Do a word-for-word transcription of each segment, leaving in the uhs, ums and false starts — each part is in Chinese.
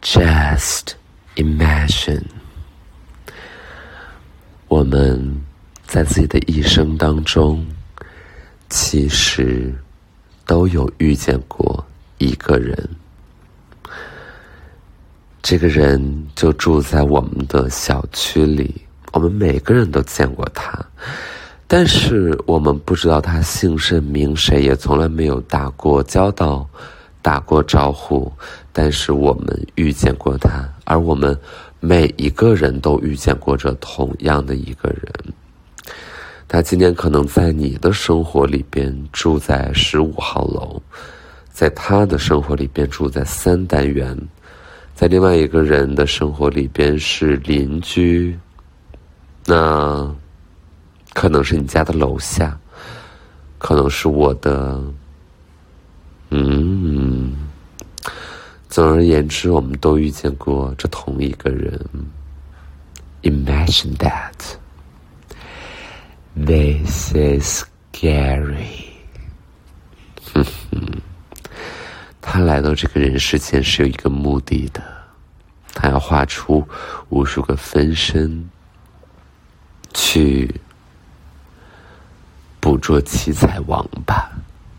Just imagine， 我们在自己的一生当中，其实都有遇见过一个人。这个人就住在我们的小区里，我们每个人都见过他，但是我们不知道他姓甚名谁，也从来没有打过交道，打过招呼，但是我们遇见过他，而我们每一个人都遇见过这同样的一个人。他今天可能在你的生活里边住在十五号楼，在他的生活里边住在三单元，在另外一个人的生活里边是邻居，那可能是你家的楼下，可能是我的嗯总而言之，我们都遇见过这同一个人。 Imagine that This is scary 哼哼，他来到这个人世间是有一个目的的，他要画出无数个分身，去捕捉七彩王八。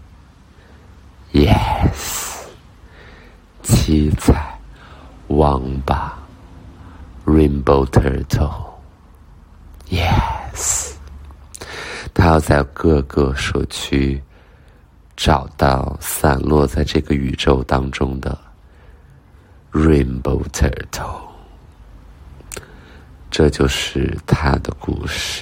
Yes， 七彩王八 Rainbow Turtle。 Yes， 他要在各个社区找到散落在这个宇宙当中的 Rainbow Turtle， 这就是他的故事。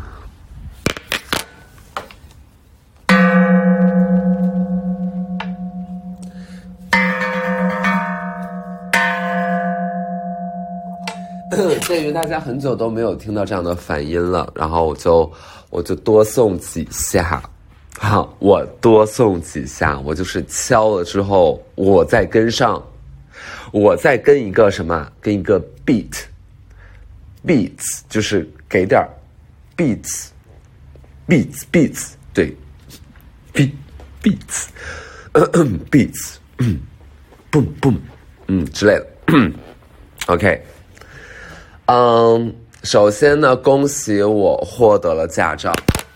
鉴于大家很久都没有听到这样的反音了，然后我就我就多送几下。好，我多送几下，我就是敲了之后我再跟上，我再跟一个什么，跟一个 beat beats， 就是给点 beats beats beats 对 beat beats beats boom boom 嗯之类的OK。嗯，首先呢，恭喜我获得了驾照。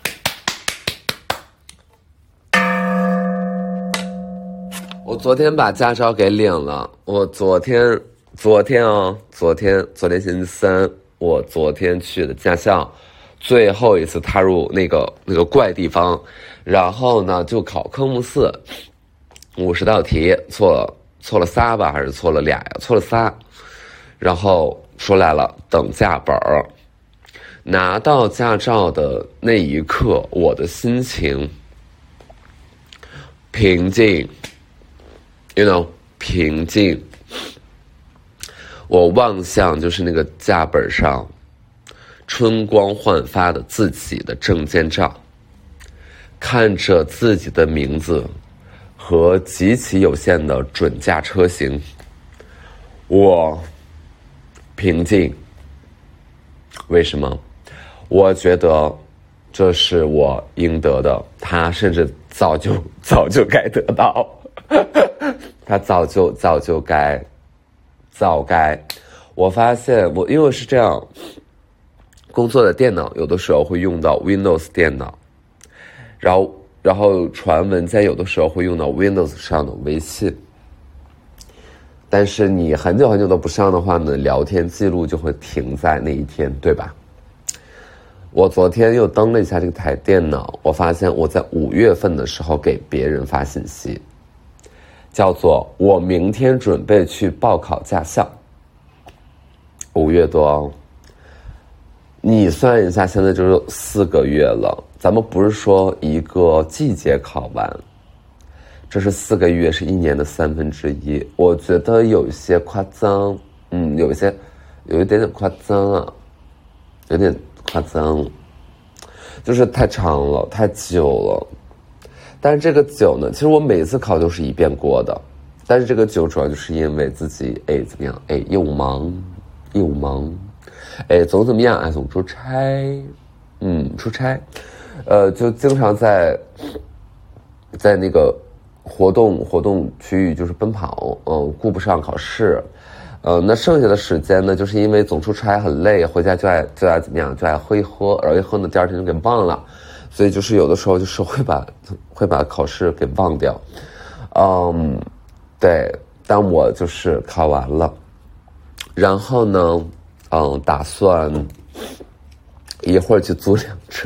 我昨天把驾照给领了，我昨天，昨天哦，昨天，昨天星期三，我昨天去的驾校，最后一次踏入那个那个怪地方，然后呢就考科目四，五十道题，错了错了仨吧，还是错了俩呀？错了仨，然后出来了，等驾本儿。拿到驾照的那一刻，我的心情平静 ，you know， 平静。我望向就是那个驾本上春光焕发的自己的证件照，看着自己的名字和极其有限的准驾车型，我平静。为什么？我觉得这是我应得的，他甚至早就早就该得到他早就早就该早该。我发现我因为是这样，工作的电脑有的时候会用到 Windows 电脑，然后然后传文件有的时候会用到 Windows 上的微信，但是你很久很久都不上的话呢，聊天记录就会停在那一天，对吧？我昨天又登了一下这台电脑，我发现我在五月份的时候给别人发信息，叫做我明天准备去报考驾校。五月多哦，你算一下，现在就是四个月了。咱们不是说一个季节考完，这是四个月，是一年的三分之一。我觉得有一些夸张，嗯，有一些有一点点夸张啊，有点夸张，就是太长了，太久了。但是这个久呢，其实我每次考都是一遍过的，但是这个久主要就是因为自己哎怎么样，哎又忙又忙，哎总怎么样，哎总出差，嗯出差，呃就经常在在那个活动活动区域就是奔跑，嗯、呃、顾不上考试， 呃，那剩下的时间呢，就是因为总出差很累，回家就爱就爱怎么样，就爱喝一喝，然后一喝呢，第二天就给忘了，所以就是有的时候就是会把会把考试给忘掉。嗯，对，但我就是考完了，然后呢，嗯，打算一会儿去租辆车。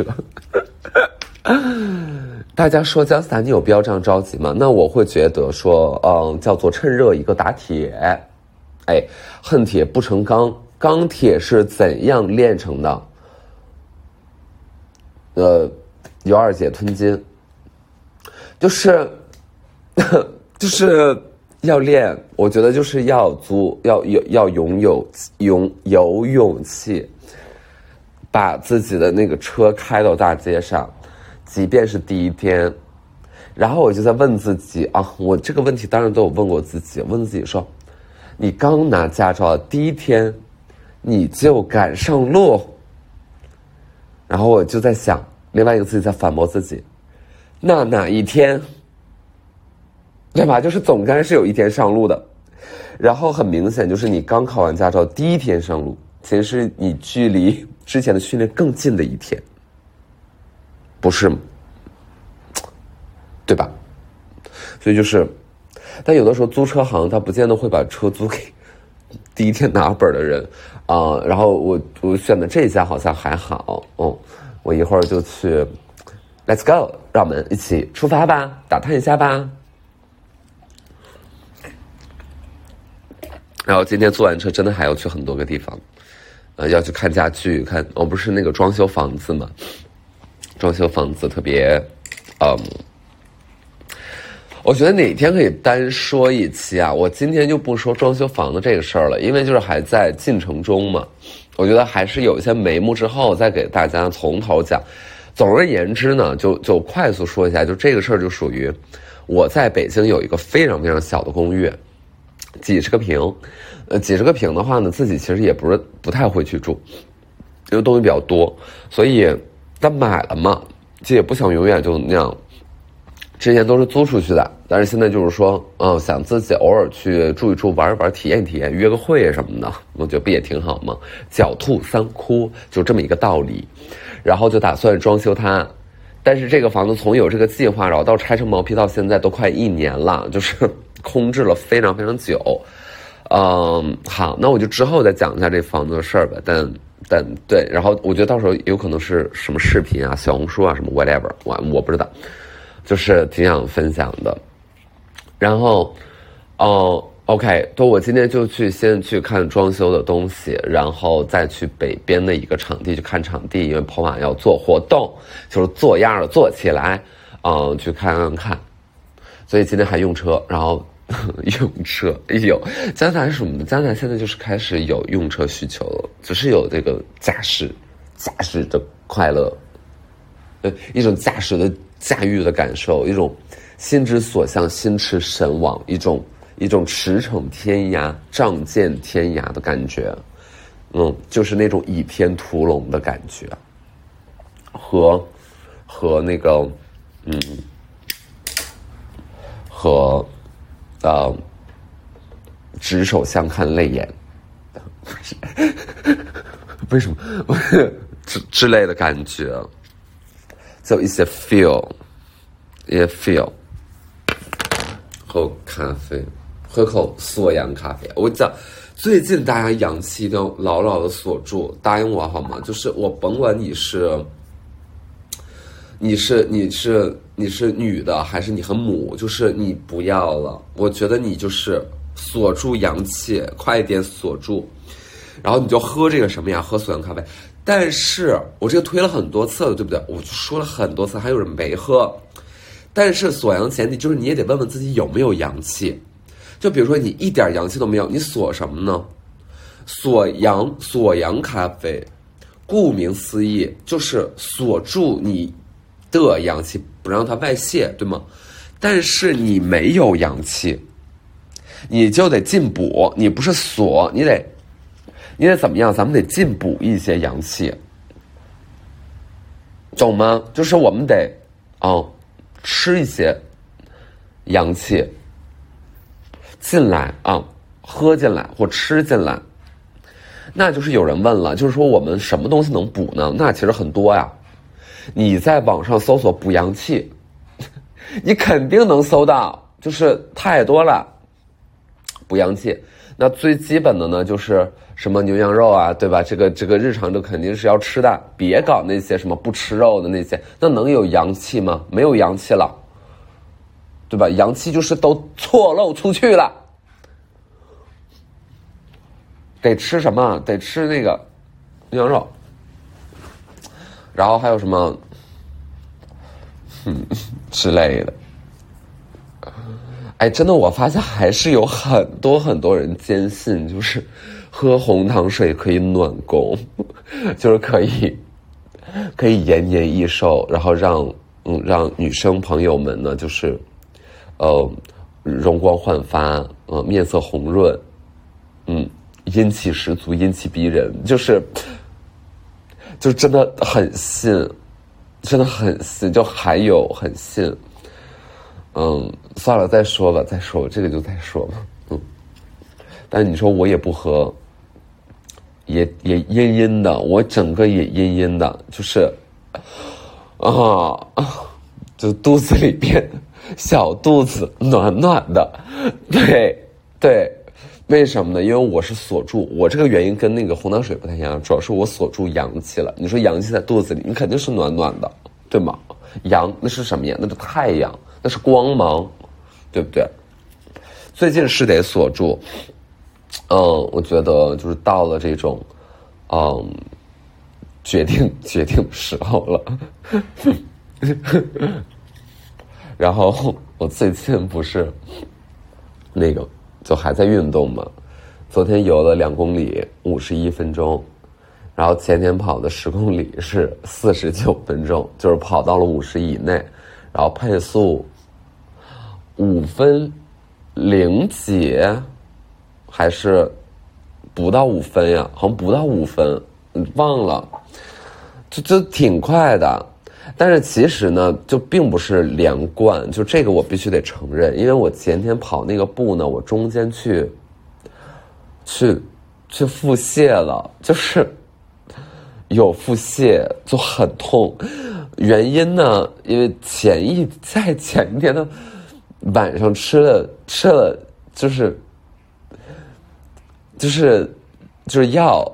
大家说姜思达你有必要这样着急吗？那我会觉得说，嗯，叫做趁热一个打铁。哎，恨铁不成钢，钢铁是怎样炼成的？呃，尤二姐吞金，就是就是要练，我觉得就是要足，要有要拥有勇有勇气，把自己的那个车开到大街上，即便是第一天。然后我就在问自己啊，我这个问题当然都有问过自己，问自己说，你刚拿驾照的第一天你就敢上路？然后我就在想，另外一个自己在反驳自己，那哪一天，对吧？就是总该是有一天上路的。然后很明显就是你刚考完驾照第一天上路，其实是你距离之前的训练更近的一天，不是吗？对吧？所以就是，但有的时候租车行他不见得会把车租给第一天拿本的人啊、呃。然后我我选的这家好像还好，嗯，我一会儿就去 ，Let's go， 让我们一起出发吧，打探一下吧。然后今天租完车，真的还要去很多个地方，呃，要去看家具，看我、哦、不是那个装修房子嘛，装修房子特别，嗯。我觉得哪天可以单说一期啊，我今天就不说装修房的这个事儿了，因为就是还在进程中嘛，我觉得还是有一些眉目之后再给大家从头讲。总而言之呢，就就快速说一下，就这个事儿就属于我在北京有一个非常非常小的公寓，几十个平，呃，几十个平的话呢，自己其实也不是不太会去住，因为东西比较多，所以但买了嘛，这也不想永远就那样。之前都是租出去的，但是现在就是说，嗯，想自己偶尔去住一住、玩一玩、体验体验、约个会什么的，我觉得不也挺好吗？狡兔三窟，就这么一个道理。然后就打算装修它，但是这个房子从有这个计划，然后到拆成毛坯到现在都快一年了，就是空置了非常非常久。嗯，好，那我就之后再讲一下这房子的事儿吧。但但对，然后我觉得到时候有可能是什么视频啊、小红书啊什么 whatever， 我我不知道。就是挺想分享的，然后，哦 ，OK， 对，我今天就去先去看装修的东西，然后再去北边的一个场地去看场地，因为跑马要做活动，就是做样的做起来，嗯，去看看看，所以今天还用车，然后用车，哎呦，加拿大是什么呢？加拿大现在就是开始有用车需求了，只是有这个驾驶，驾驶的快乐，呃，一种驾驶的。驾驭的感受，一种心之所向，心驰神往，一种一种驰骋天涯、仗剑天涯的感觉，嗯，就是那种倚天屠龙的感觉，和和那个嗯和呃执手相看泪眼，为什么之之类的感觉。就一些 feel， 一些 feel， 喝咖啡，喝口缩阳咖啡。我讲，最近大家阳气一定要牢牢的锁住，答应我好吗？就是我甭管你是，你是你是你是女的还是你很母，就是你不要了。我觉得你就是锁住阳气，快一点锁住，然后你就喝这个什么呀？喝缩阳咖啡。但是我这个推了很多次了，对不对？我就说了很多次，还有人没喝。但是锁阳前提就是你也得问问自己有没有阳气。就比如说你一点阳气都没有，你锁什么呢？锁阳，锁阳咖啡，顾名思义就是锁住你的阳气，不让它外泄，对吗？但是你没有阳气，你就得进补，你不是锁，你得。你得怎么样？咱们得进补一些阳气，懂吗？就是我们得，哦，吃一些阳气进来啊。 喝进来或吃进来。那就是有人问了，就是说我们什么东西能补呢？那其实很多呀。你在网上搜索补阳气，你肯定能搜到，就是太多了。补阳气，那最基本的呢，就是什么牛羊肉啊，对吧？这个这个日常就肯定是要吃的，别搞那些什么不吃肉的那些，那能有阳气吗？没有阳气了，对吧？阳气就是都错漏出去了。得吃什么？得吃那个牛羊肉，然后还有什么，嗯之类的。哎，真的，我发现还是有很多很多人坚信，就是喝红糖水可以暖宫，就是可以可以延年益寿，然后让嗯让女生朋友们呢，就是呃容光焕发，呃面色红润，嗯。阴气十足，阴气逼人，就是就真的很信，真的很信，就还有很信。嗯，算了，再说吧，再说这个就再说吧。嗯，但你说我也不喝，也也阴阴的，我整个也阴阴的，就是啊，就肚子里边小肚子暖暖的，对对。为什么呢？因为我是锁住，我这个原因跟那个红糖水不太一样，主要是我锁住阳气了。你说阳气在肚子里，你肯定是暖暖的，对吗？阳那是什么呀？那是太阳，那是光芒，对不对？最近是得锁住。嗯，我觉得就是到了这种，嗯，决定决定时候了。然后我最近不是那个。就还在运动嘛，昨天游了两公里五十一分钟，然后前天跑的十公里是四十九分钟，就是跑到了五十以内，然后配速五分零几，还是不到五分呀？好像不到五分，忘了，就就挺快的。但是其实呢，就并不是连贯，就这个我必须得承认，因为我前天跑那个步呢，我中间去，去，去腹泻了，就是有腹泻就很痛，原因呢，因为前一在前一天的晚上吃了吃了，就是就是就是药，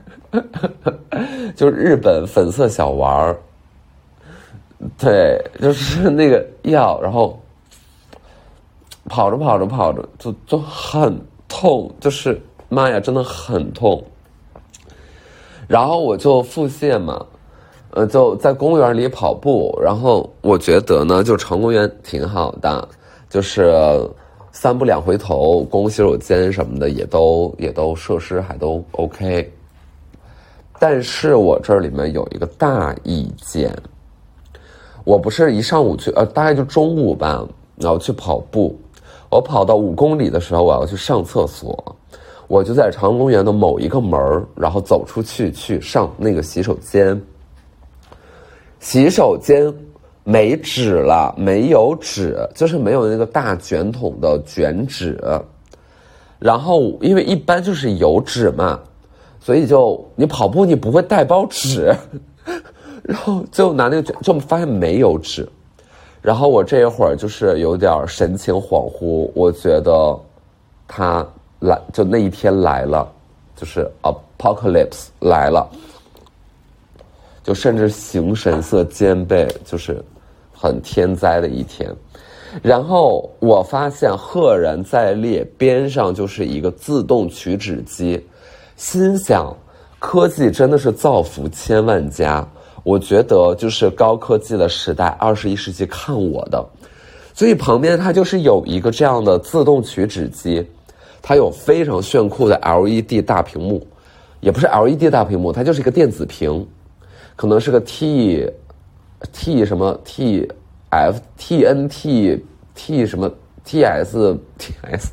就是日本粉色小丸儿。对，就是那个药，然后跑着跑着跑着就就很痛，就是妈呀，真的很痛。然后我就腹泻嘛，呃，就在公园里跑步，然后我觉得呢，就城公园挺好的，就是三步两回头，公共洗手间什么的也都也都设施还都 OK。但是我这里面有一个大意见。我不是一上午去，呃，大概就中午吧，然后去跑步。我跑到五公里的时候，我要去上厕所，我就在长安公园的某一个门，然后走出去去上那个洗手间。洗手间没纸了，没有纸，就是没有那个大卷筒的卷纸。然后因为一般就是有纸嘛，所以就你跑步你不会带包纸。然后就拿那个卷，就发现没有纸，然后我这一会儿就是有点神情恍惚，我觉得他来，就那一天来了，就是 apocalypse 来了，就甚至形神色兼备，就是很天灾的一天。然后我发现赫然在列，边上就是一个自动取纸机，心想科技真的是造福千万家。我觉得就是高科技的时代，二十一世纪看我的，所以旁边它就是有一个这样的自动取纸机，它有非常炫酷的 L E D 大屏幕，也不是 L E D 大屏幕，它就是一个电子屏，可能是个 T T 什么 T F T N T T 什么 T S T S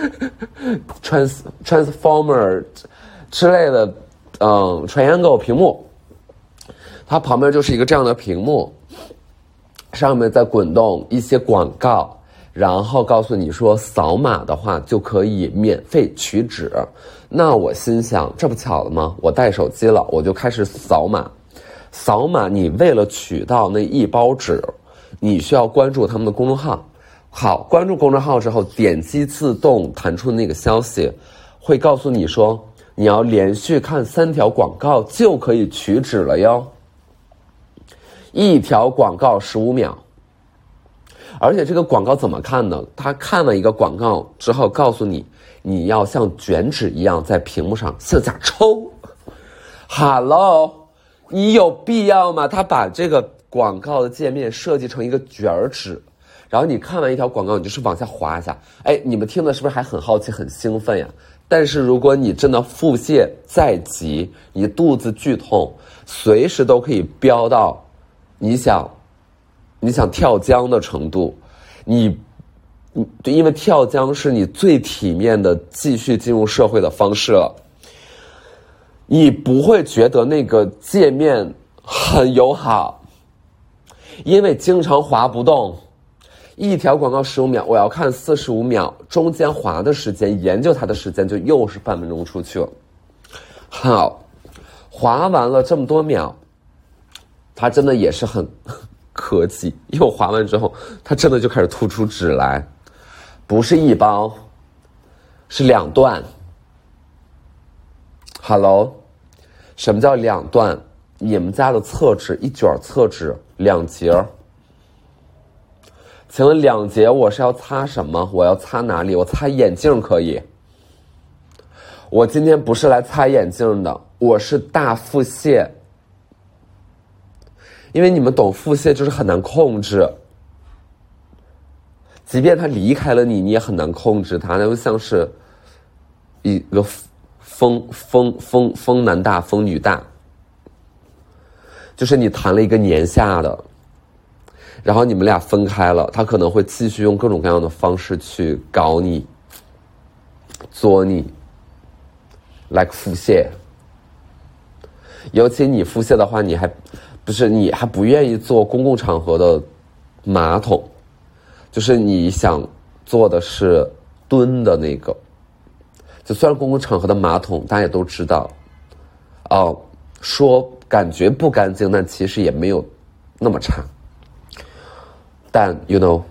Trans Transformer 之类的，嗯 Triangle 屏幕。它旁边就是一个这样的屏幕，上面在滚动一些广告， 然后告诉你说扫码的话就可以免费取纸。那我心想，这不巧了吗？我带手机了，我就开始扫码。扫码，你为了取到那一包纸，你需要关注他们的公众号。好，关注公众号之后，点击自动弹出那个消息，会告诉你说你要连续看三条广告就可以取纸了哟。一条广告十五秒。而且这个广告怎么看呢？他看了一个广告之后告诉你，你要像卷纸一样在屏幕上向下抽。Hello， 你有必要吗？他把这个广告的界面设计成一个卷纸，然后你看完一条广告，你就是往下滑一下。哎，你们听的是不是还很好奇、很兴奋呀？但是如果你真的腹泻在即，你肚子剧痛，随时都可以飙到你想你想跳江的程度。你因为跳江是你最体面的继续进入社会的方式了，你不会觉得那个界面很友好，因为经常滑不动。一条广告十五秒，我要看四十五秒，中间滑的时间，研究它的时间就又是半分钟出去了。好，滑完了这么多秒，它真的也是很可喜，因为我滑完之后，它真的就开始吐出纸来，不是一包，是两段。Hello， 什么叫两段？你们家的厕纸一卷厕纸两节。请问两节我是要擦什么？我要擦哪里？我擦眼镜可以。我今天不是来擦眼镜的，我是大腹泻。因为你们懂，腹泻就是很难控制，即便他离开了你，你也很难控制他，那就像是一个风风风风男大风女大，就是你谈了一个年下的，然后你们俩分开了，他可能会继续用各种各样的方式去搞你、作你 ，like 腹泻。尤其你腹泻的话，你还不是你还不愿意坐公共场合的马桶，就是你想坐的是蹲的那个。就虽然公共场合的马桶大家也都知道，哦，说感觉不干净，但其实也没有那么差。但 you know，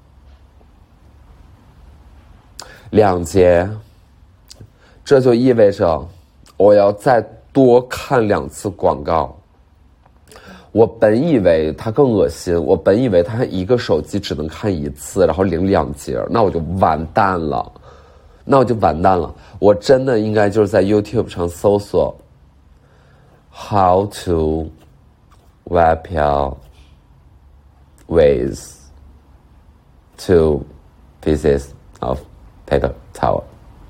两节，这就意味着我要再多看两次广告。我本以为它更恶心，我本以为它一个手机只能看一次，然后领两节，那我就完蛋了，那我就完蛋了。我真的应该就是在 YouTube 上搜索 How to wipe out with two pieces of paper towel。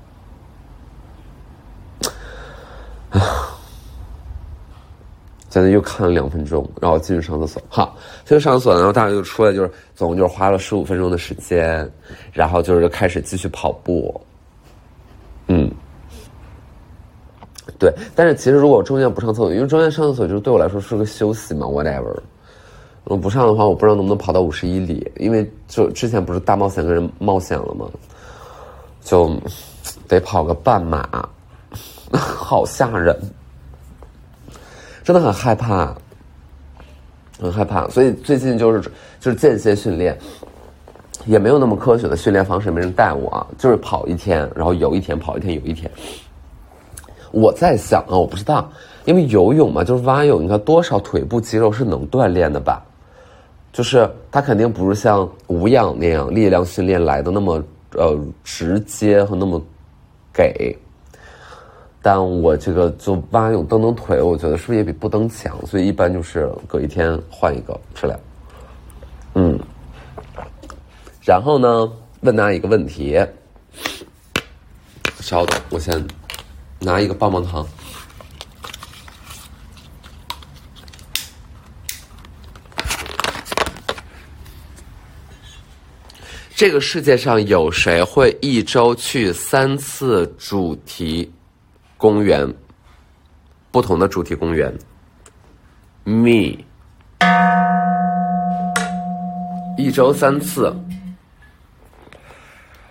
现在又看了两分钟，然后进去上厕所。好，进去上厕所，然后大家就出来，就是总共就是花了十五分钟的时间，然后就是开始继续跑步。嗯，对。但是其实如果我中间不上厕所，因为中间上厕所就是对我来说是个休息嘛 ，whatever。我不上的话，我不知道能不能跑到五十一里，因为就之前不是大冒险跟人冒险了吗？就得跑个半马，好吓人。真的很害怕，很害怕，所以最近就是就是间歇训练，也没有那么科学的训练方式，没人带我啊，就是跑一天，然后游一天，跑一天游一天。我在想啊，我不知道，因为游泳嘛，就是蛙泳，你看多少腿部肌肉是能锻炼的吧？就是它肯定不是像无氧那样力量训练来的那么呃直接和那么给。但我这个就蛙泳蹬蹬腿，我觉得是不是也比不蹬强？所以一般就是隔一天换一个质量。嗯，然后呢，问大家一个问题，稍等，我先拿一个棒棒糖。这个世界上有谁会一周去三次主题公园，不同的主题公园 ？Me， 一周三次，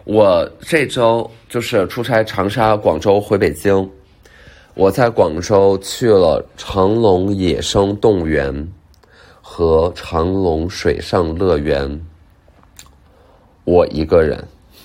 我这周就是出差长沙、广州回北京，我在广州去了长隆野生动物园和长隆水上乐园，我一个人。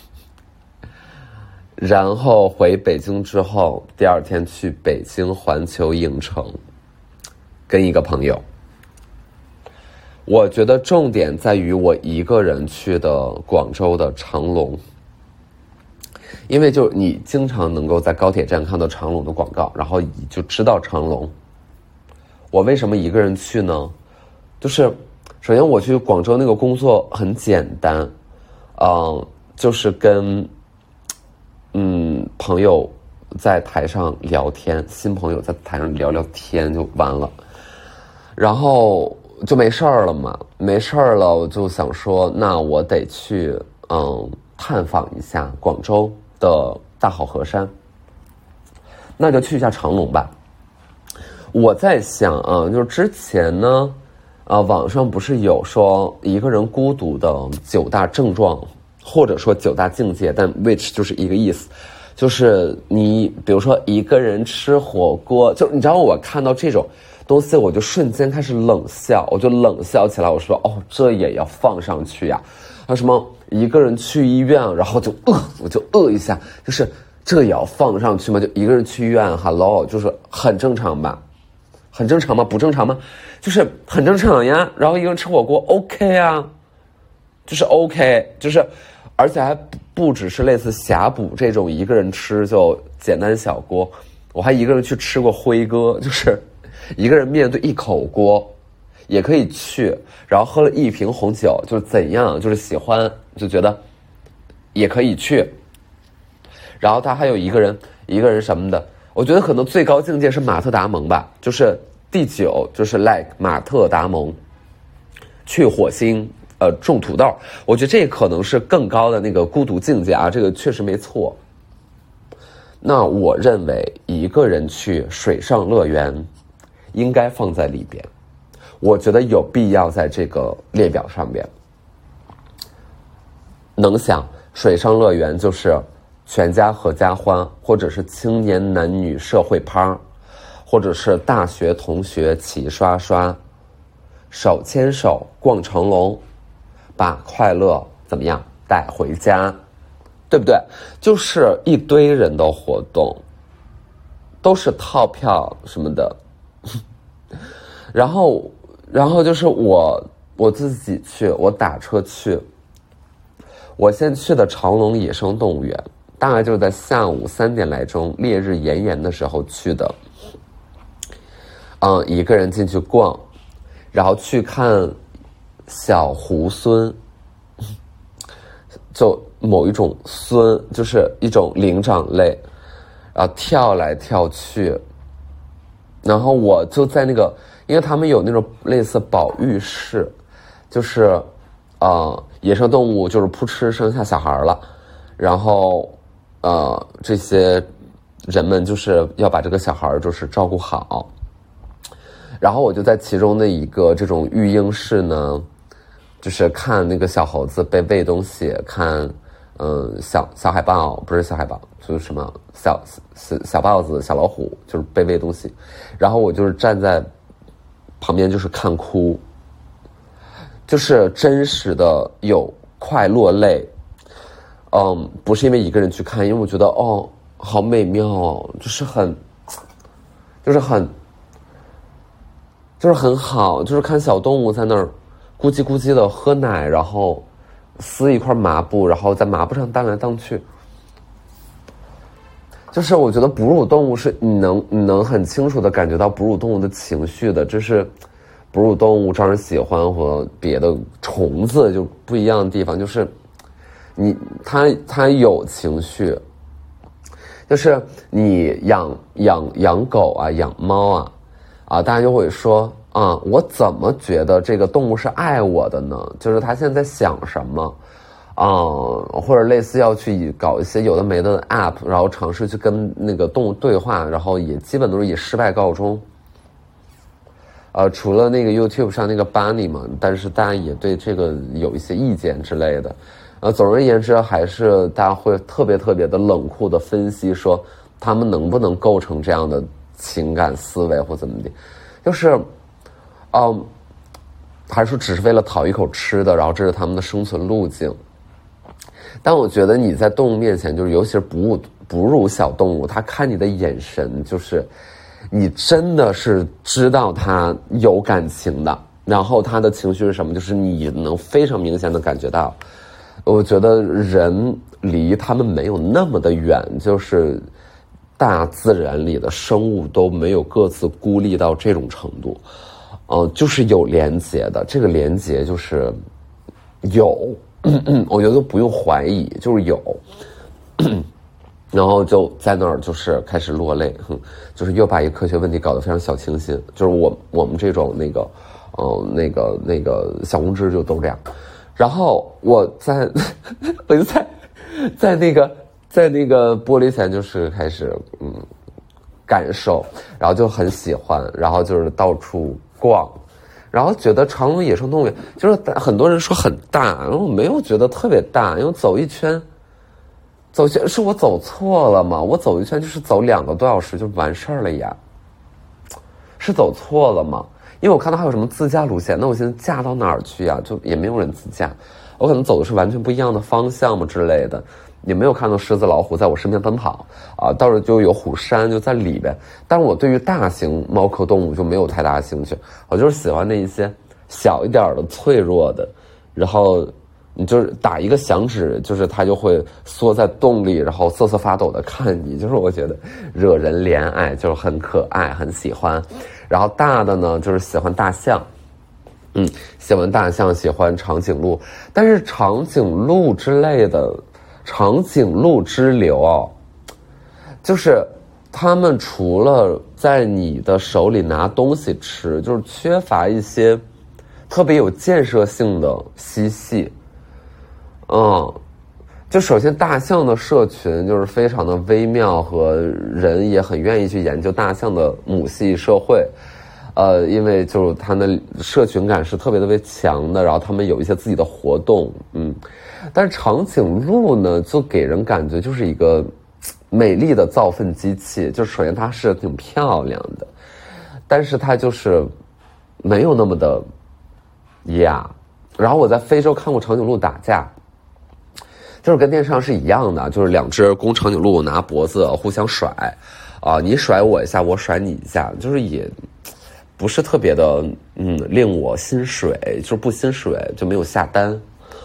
然后回北京之后，第二天去北京环球影城，跟一个朋友。我觉得重点在于我一个人去的广州的长隆，因为就你经常能够在高铁站看到长隆的广告，然后你就知道长隆。我为什么一个人去呢？就是首先我去广州那个工作很简单，嗯、呃，就是跟嗯朋友在台上聊天，新朋友在台上聊聊天就完了，然后就没事儿了嘛，没事儿了，我就想说，那我得去嗯探访一下广州的大好河山，那就去一下长隆吧。我在想啊，就是之前呢，啊，网上不是有说一个人孤独的九大症状，或者说九大境界，但 which 就是一个意思，就是你比如说一个人吃火锅，就你知道我看到这种东西，我就瞬间开始冷笑，我就冷笑起来，我说哦，这也要放上去呀？还有什么一个人去医院，然后就呃，我就呃一下，就是这也要放上去吗？就一个人去医院 ，hello， 就是很正常吧？很正常吗？不正常吗？就是很正常呀。然后一个人吃火锅 ，OK 啊，就是 OK， 就是，而且还不只是类似呷哺这种一个人吃就简单小锅，我还一个人去吃过辉哥，就是一个人面对一口锅也可以去，然后喝了一瓶红酒，就是怎样，就是喜欢就觉得也可以去。然后他还有一个人一个人什么的，我觉得可能最高境界是马特达蒙吧，就是第九，就是 like 马特达蒙去火星呃种土豆，我觉得这可能是更高的那个孤独境界啊，这个确实没错。那我认为一个人去水上乐园应该放在里边，我觉得有必要在这个列表上边。能想水上乐园就是全家合家欢，或者是青年男女社会趴，或者是大学同学齐刷刷手牵手逛长隆，把快乐怎么样带回家，对不对？就是一堆人的活动，都是套票什么的。然后然后就是我我自己去，我打车去，我先去的长隆野生动物园，大概就是在下午三点来钟，烈日炎炎的时候去的。嗯，一个人进去逛，然后去看小猢狲，就某一种狲，就是一种灵长类，然后跳来跳去。然后我就在那个，因为他们有那种类似保育室，就是呃野生动物就是扑哧生下小孩了，然后呃这些人们就是要把这个小孩就是照顾好。然后我就在其中的一个这种育婴室呢，就是看那个小猴子被喂东西，看嗯小小海豹，不是小海豹，就是什么小小小豹子、小老虎，就是被喂东西。然后我就是站在旁边，就是看哭，就是真实的有快落泪。嗯，不是因为一个人去看，因为我觉得哦，好美妙哦，就是很，就是很。就是很好，就是看小动物在那儿咕叽咕叽的喝奶，然后撕一块麻布，然后在麻布上荡来荡去。就是我觉得哺乳动物是你能你能很清楚的感觉到哺乳动物的情绪的，这是哺乳动物招人喜欢和别的虫子就不一样的地方，就是你它它有情绪，就是你养养养狗啊，养猫啊。啊，大家就会说啊，我怎么觉得这个动物是爱我的呢？就是他现在在想什么啊，或者类似要去搞一些有的没的 app， 然后尝试去跟那个动物对话，然后也基本都是以失败告终。呃，除了那个 YouTube 上那个 Bunny 嘛，但是大家也对这个有一些意见之类的。 呃，总而言之，还是大家会特别特别的冷酷的分析说，他们能不能构成这样的情感思维或怎么的，就是，嗯，还是说只是为了讨一口吃的，然后这是他们的生存路径。但我觉得你在动物面前，就是尤其是哺乳哺乳小动物，它看你的眼神，就是你真的是知道它有感情的，然后它的情绪是什么，就是你能非常明显的感觉到。我觉得人离他们没有那么的远，就是大自然里的生物都没有各自孤立到这种程度，呃，就是有连结的，这个连结就是有，咳咳我觉得不用怀疑，就是有，咳然后就在那儿就是开始落泪，哼，就是又把一个科学问题搞得非常小清新，就是我我们这种那个，呃，那个那个小公知就都这样。然后我在，我就在，在那个在那个玻璃前就是开始嗯感受，然后就很喜欢，然后就是到处逛，然后觉得长隆野生动物园就是很多人说很大，然后我没有觉得特别大，因为走一圈，走一圈是我走错了吗？我走一圈就是走两个多小时就完事儿了呀，是走错了吗？因为我看到还有什么自驾路线，那我现在驾到哪儿去呀？就也没有人自驾，我可能走的是完全不一样的方向嘛之类的。也没有看到狮子老虎在我身边奔跑啊，倒是就有虎山就在里边。但是我对于大型猫科动物就没有太大的兴趣，我就是喜欢那一些小一点的、脆弱的，然后你就是打一个响指，就是它就会缩在洞里，然后瑟瑟发抖的看你，就是我觉得惹人怜爱，就是很可爱，很喜欢。然后大的呢，就是喜欢大象，嗯，喜欢大象，喜欢长颈鹿，但是长颈鹿之类的，长颈鹿之流哦，就是他们除了在你的手里拿东西吃，就是缺乏一些特别有建设性的嬉戏。嗯，就首先大象的社群就是非常的微妙，和人也很愿意去研究大象的母系社会。呃，因为就是它的社群感是特别特别强的，然后他们有一些自己的活动，嗯，但是长颈鹿呢，就给人感觉就是一个美丽的造粪机器，就是首先它是挺漂亮的，但是它就是没有那么的呀。然后我在非洲看过长颈鹿打架，就是跟电视上是一样的，就是两只公长颈鹿拿脖子互相甩，啊、呃，你甩我一下，我甩你一下，就是也不是特别的，嗯，令我心水，就是不心水就没有下单。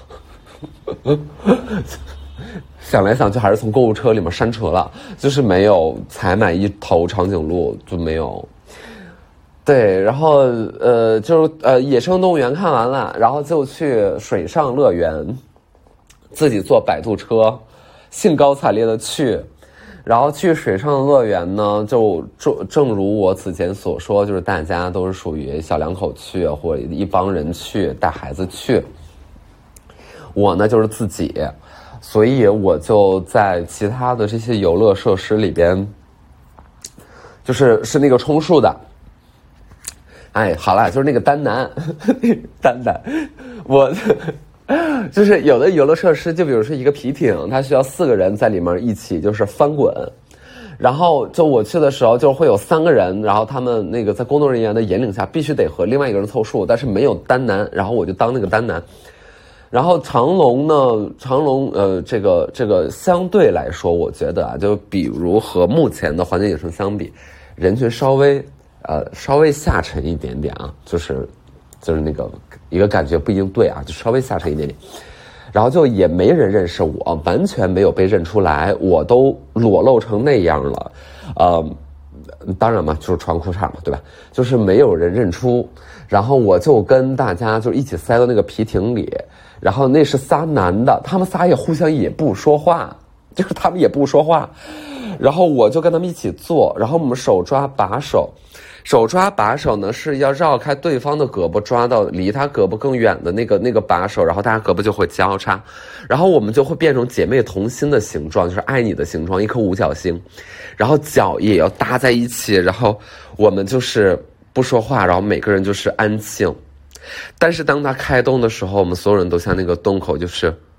想来想去还是从购物车里面删除了，就是没有采买一头长颈鹿，就没有。对，然后呃，就是呃，野生动物园看完了，然后就去水上乐园，自己坐摆渡车，兴高采烈的去。然后去水上乐园呢，就正正如我此前所说，就是大家都是属于小两口去，或者一帮人去，带孩子去。我呢就是自己，所以我就在其他的这些游乐设施里边，就是是那个充数的。哎，好了，就是那个单男，单男，我。就是有的游乐设施，就比如说一个皮艇，它需要四个人在里面一起就是翻滚，然后就我去的时候就会有三个人，然后他们那个在工作人员的引领下必须得和另外一个人凑数，但是没有单男，然后我就当那个单男。然后长隆呢，长隆呃这个这个相对来说我觉得啊，就比如和目前的环球影城相比，人群稍微呃稍微下沉一点点啊，就是就是那个一个感觉不一定对啊，就稍微下沉一点点，然后就也没人认识我，完全没有被认出来，我都裸露成那样了，呃，当然嘛，就是穿裤衩嘛，对吧？就是没有人认出，然后我就跟大家就一起塞到那个皮艇里，然后那是仨男的，他们仨也互相也不说话，就是他们也不说话，然后我就跟他们一起坐，然后我们手抓把手。手抓把手呢是要绕开对方的胳膊，抓到离他胳膊更远的那个那个把手，然后大家胳膊就会交叉，然后我们就会变成姐妹同心的形状，就是爱你的形状，一颗五角星，然后脚也要搭在一起，然后我们就是不说话，然后每个人就是安静。但是当他开动的时候，我们所有人都像那个洞口，就是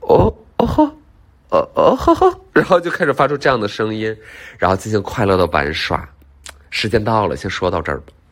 哦哦呵，哦哦呵呵，然后就开始发出这样的声音，然后进行快乐的玩耍。时间到了，先说到这儿吧。